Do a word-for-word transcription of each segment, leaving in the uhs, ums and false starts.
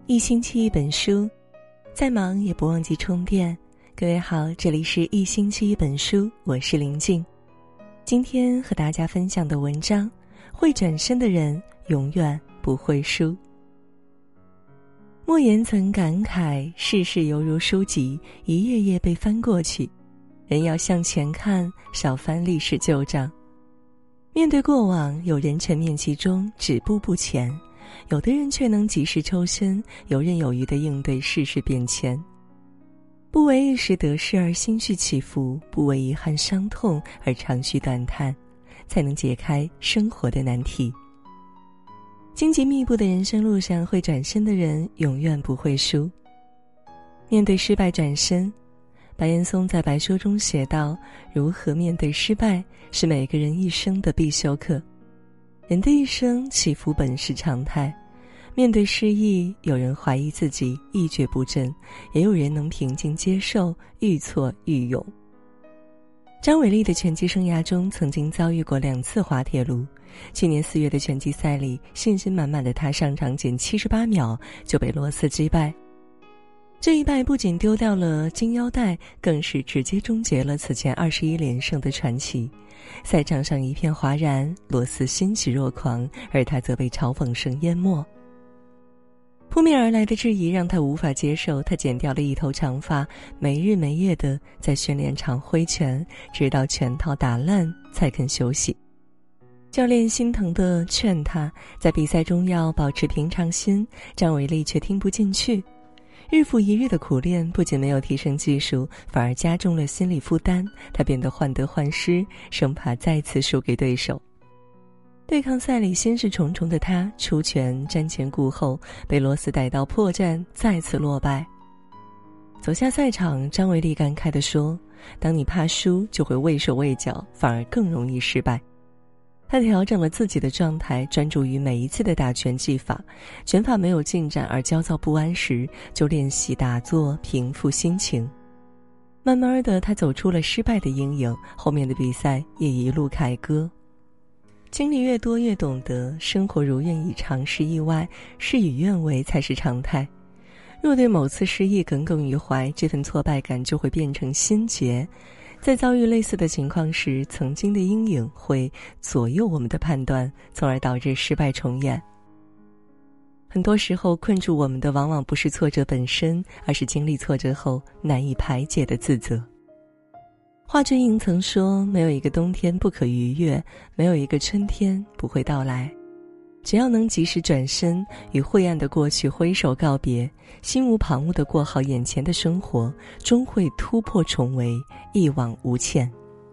一星期一本书，再忙也不忘记充电。各位好，这里是一星期一本书，我是林静。今天和大家分享的文章，会转身的人永远不会输。莫言曾感慨，世事犹如书籍，一页页被翻过去，人要向前看，少翻历史旧账。面对过往，有人沉湎其中，止步不前，有的人却能及时抽身，游刃有余地应对世事变迁。不为一时得失而心绪起伏，不为遗憾伤痛而长吁短叹，才能解开生活的难题。荆棘密布的人生路上，会转身的人永远不会输。面对失败转身，白岩松在白说中写道，如何面对失败，是每个人一生的必修课。人的一生起伏本是常态，面对失意，有人怀疑自己一蹶不振，也有人能平静接受，愈挫愈勇。张伟丽的拳击生涯中曾经遭遇过两次滑铁卢，去年四月的拳击赛里，信心满满的他上场仅七十八秒就被罗斯击败。这一败不仅丢掉了金腰带，更是直接终结了此前二十一连胜的传奇。赛场上一片哗然，罗斯欣喜若狂，而他则被嘲讽声淹没。扑面而来的质疑让他无法接受，他剪掉了一头长发，没日没夜地在训练场挥拳，直到拳套打烂才肯休息。教练心疼地劝他，在比赛中要保持平常心，张伟丽却听不进去。日复一日的苦练不仅没有提升技术，反而加重了心理负担，他变得患得患失，生怕再次输给对手。对抗赛里心事重重的他，出拳瞻前顾后，被罗斯逮到破绽，再次落败。走下赛场，张伟丽感慨地说，当你怕输，就会畏手畏脚，反而更容易失败。他调整了自己的状态，专注于每一次的打拳技法，拳法没有进展而焦躁不安时，就练习打坐平复心情。慢慢的，他走出了失败的阴影，后面的比赛也一路凯歌。经历越多，越懂得生活如愿以偿是意外，事与愿违才是常态。若对某次失意耿耿于怀，这份挫败感就会变成心结。在遭遇类似的情况时，曾经的阴影会左右我们的判断，从而导致失败重演。很多时候，困住我们的往往不是挫折本身，而是经历挫折后难以排解的自责。华春莹曾说，没有一个冬天不可逾越，没有一个春天不会到来。只要能及时转身，与晦暗的过去挥手告别，心无旁骛地过好眼前的生活，终会突破重围，一往无前。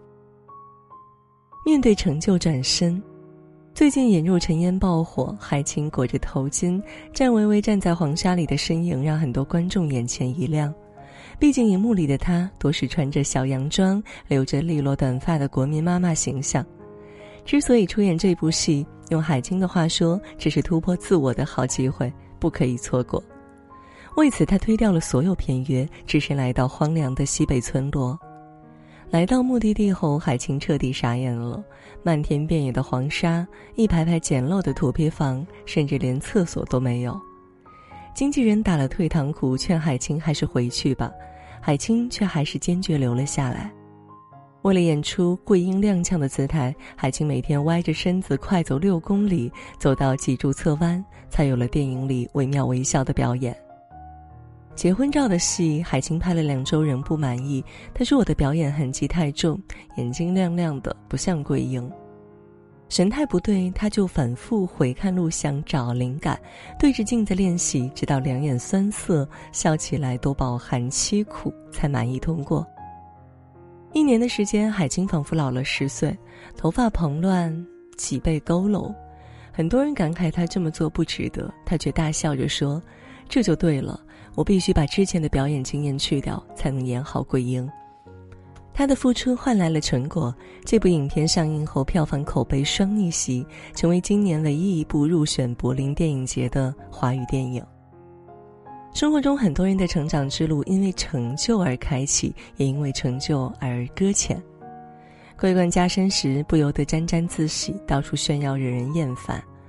面对成就转身，最近引入尘烟爆火，海清裹着头巾，战巍巍站在黄沙里的身影让很多观众眼前一亮。毕竟荧幕里的她多是穿着小洋装，留着利落短发的国民妈妈形象。之所以出演这部戏，用海清的话说，这是突破自我的好机会，不可以错过。为此，她推掉了所有片约，只身来到荒凉的西北村落。来到目的地后，海清彻底傻眼了。漫天遍野的黄沙，一排排简陋的土坯房，甚至连厕所都没有。经纪人打了退堂鼓，劝海清还是回去吧，海清却还是坚决留了下来。为了演出桂英踉跄的姿态，海清每天歪着身子快走六公里，走到脊柱侧弯，才有了电影里惟妙惟肖的表演。结婚照的戏，海清拍了两周仍不满意，她说我的表演痕迹太重，眼睛亮亮的，不像桂英。神态不对，他就反复回看录像找灵感，对着镜子练习，直到两眼酸涩，笑起来都饱含凄苦，才满意通过。一年的时间，海清仿佛老了十岁，头发蓬乱，脊背佝偻。很多人感慨他这么做不值得，他却大笑着说，这就对了，我必须把之前的表演经验去掉，才能演好桂英。他的付出换来了成果，这部影片上映后票房口碑双逆袭，成为今年唯一一部入选柏林电影节的华语电影。生活中很多人的成长之路因为成就而开启，也因为成就而搁浅。桂冠加身时不由得沾沾自喜，到处炫耀惹人厌烦。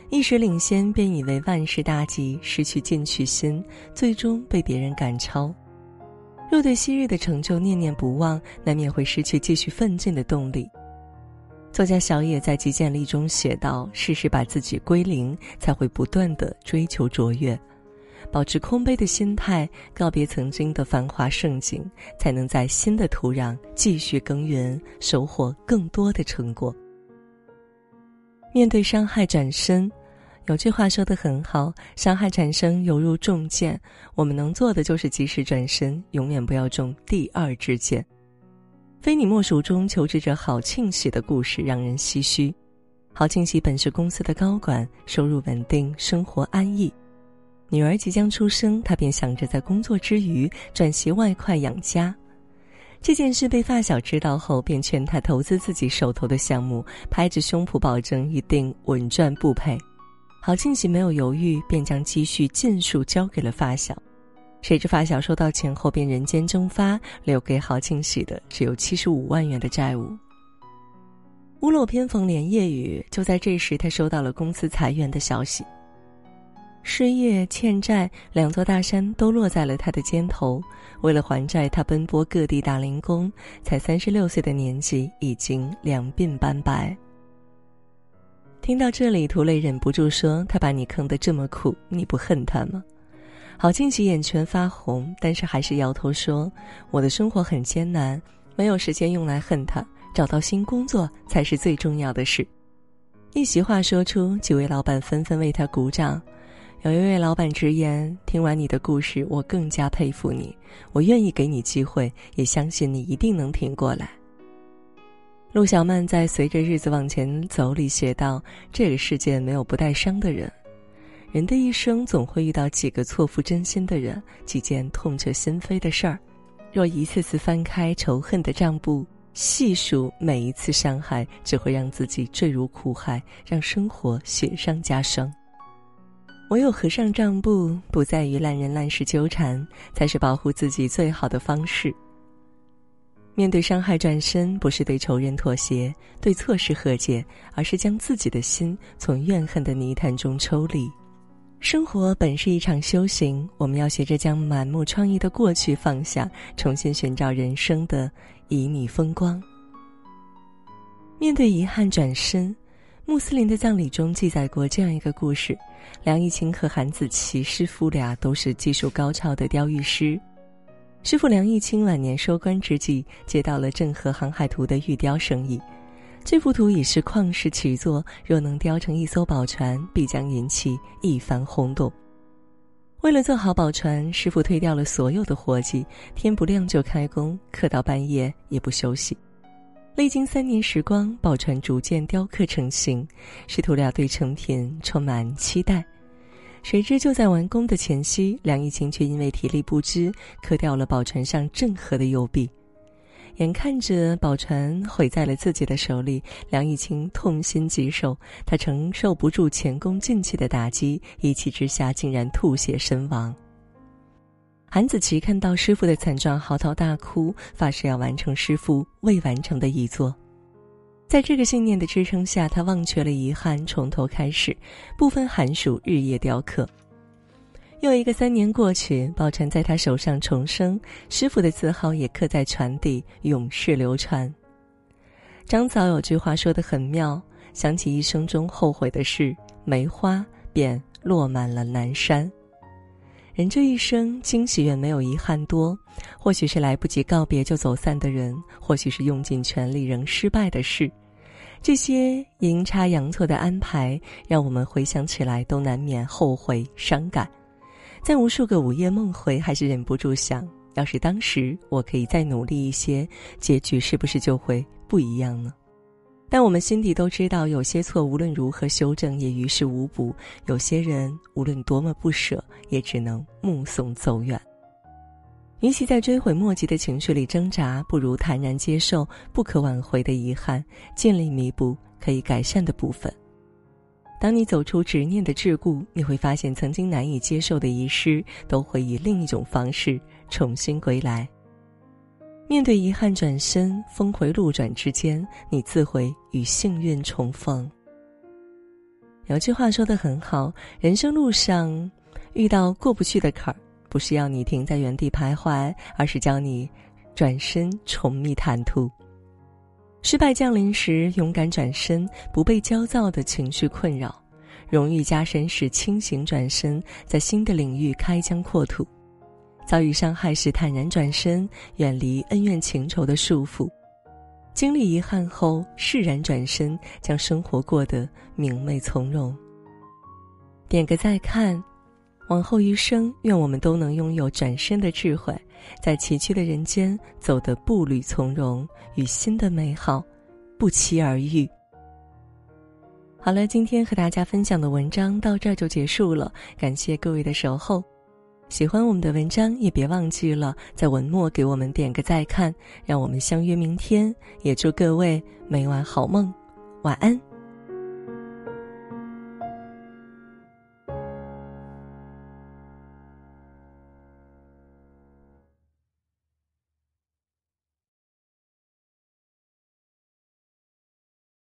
一时领先便以为万事大吉，失去进取心，最终被别人赶超。若对昔日的成就念念不忘，难免会失去继续奋进的动力。作家小野在极简力中写道，事事把自己归零，才会不断地追求卓越。保持空杯的心态，告别曾经的繁华盛景，才能在新的土壤继续耕耘，收获更多的成果。面对伤害转身，有句话说得很好，伤害产生犹如中箭，我们能做的就是及时转身，永远不要中第二支箭。非你莫属中求职者郝庆喜的故事让人唏嘘。郝庆喜本是公司的高管，收入稳定，生活安逸。女儿即将出生，他便想着在工作之余转习外快养家。这件事被发小知道后，便劝他投资自己手头的项目，拍着胸脯保证一定稳赚不赔。郝庆喜没有犹豫，便将积蓄尽数交给了发小。谁知发小收到钱后便人间蒸发，留给郝庆喜的只有七十五万元的债务。屋漏偏逢连夜雨，就在这时他收到了公司裁员的消息。失业、欠债，两座大山都落在了他的肩头。为了还债，他奔波各地打零工，才三十六岁的年纪，已经两鬓斑白。听到这里，涂磊忍不住说：“他把你坑得这么苦，你不恨他吗？”郝庆喜眼圈发红，但是还是摇头说：“我的生活很艰难，没有时间用来恨他，找到新工作才是最重要的事。”一席话说出，几位老板纷纷为他鼓掌。有一位老板直言：“听完你的故事，我更加佩服你，我愿意给你机会，也相信你一定能挺过来。”陆小曼在《随着日子往前走》里写道：“这个世界没有不带伤的人，人的一生总会遇到几个错付真心的人，几件痛彻心扉的事儿。若一次次翻开仇恨的账簿，细数每一次伤害，只会让自己坠入苦海，让生活雪上加霜。唯有合上账簿，不再与烂人烂事纠缠，才是保护自己最好的方式。面对伤害转身，不是对仇人妥协，对错事和解，而是将自己的心从怨恨的泥潭中抽离。生活本是一场修行，我们要学着将满目疮痍的过去放下，重新寻找人生的旖旎风光。面对遗憾转身，穆斯林的葬礼中记载过这样一个故事：梁义清和韩子琪师傅俩都是技术高超的雕玉师。师傅梁义清晚年收官之际，接到了郑和航海图的玉雕生意。这幅图已是旷世奇作，若能雕成一艘宝船，必将引起一番轰动。为了做好宝船，师傅推掉了所有的活计，天不亮就开工，刻到半夜也不休息。历经三年时光，宝船逐渐雕刻成型，师徒俩对成品充满期待。谁知就在完工的前夕，梁义清却因为体力不支，刻掉了宝船上郑和的右臂。眼看着宝船毁在了自己的手里，梁义清痛心疾首，他承受不住前功尽弃的打击，一气之下竟然吐血身亡。韩子琪看到师傅的惨状，嚎啕大哭，发誓要完成师傅未完成的遗作。在这个信念的支撑下，他忘却了遗憾，从头开始，不分寒暑日夜雕刻。又一个三年过去，宝船在他手上重生，师傅的字号也刻在船底，永世流传。张枣有句话说得很妙：想起一生中后悔的事，梅花便落满了南山。人这一生，惊喜远没有遗憾多，或许是来不及告别就走散的人，或许是用尽全力仍失败的事。这些阴差阳错的安排，让我们回想起来都难免后悔伤感。在无数个午夜梦回，还是忍不住想，要是当时我可以再努力一些，结局是不是就会不一样呢？但我们心底都知道，有些错无论如何修正也于事无补，有些人无论多么不舍，也只能目送走远。与其在追悔莫及的情绪里挣扎，不如坦然接受不可挽回的遗憾，尽力弥补可以改善的部分。当你走出执念的桎梏，你会发现曾经难以接受的遗失，都会以另一种方式重新归来。面对遗憾转身，峰回路转之间，你自会与幸运重逢。 有句话说得很好，人生路上遇到过不去的坎儿，不是要你停在原地徘徊，而是教你转身重觅坦途。失败降临时，勇敢转身，不被焦躁的情绪困扰；荣誉加身时，清醒转身，在新的领域开疆扩土；遭遇伤害时，坦然转身，远离恩怨情仇的束缚；经历遗憾后，释然转身，将生活过得明媚从容。点个再看，往后余生，愿我们都能拥有转身的智慧，在崎岖的人间走得步履从容，与新的美好不期而遇。好了，今天和大家分享的文章到这儿就结束了，感谢各位的守候。喜欢我们的文章，也别忘记了在文末给我们点个再看，让我们相约明天，也祝各位每晚好梦，晚安。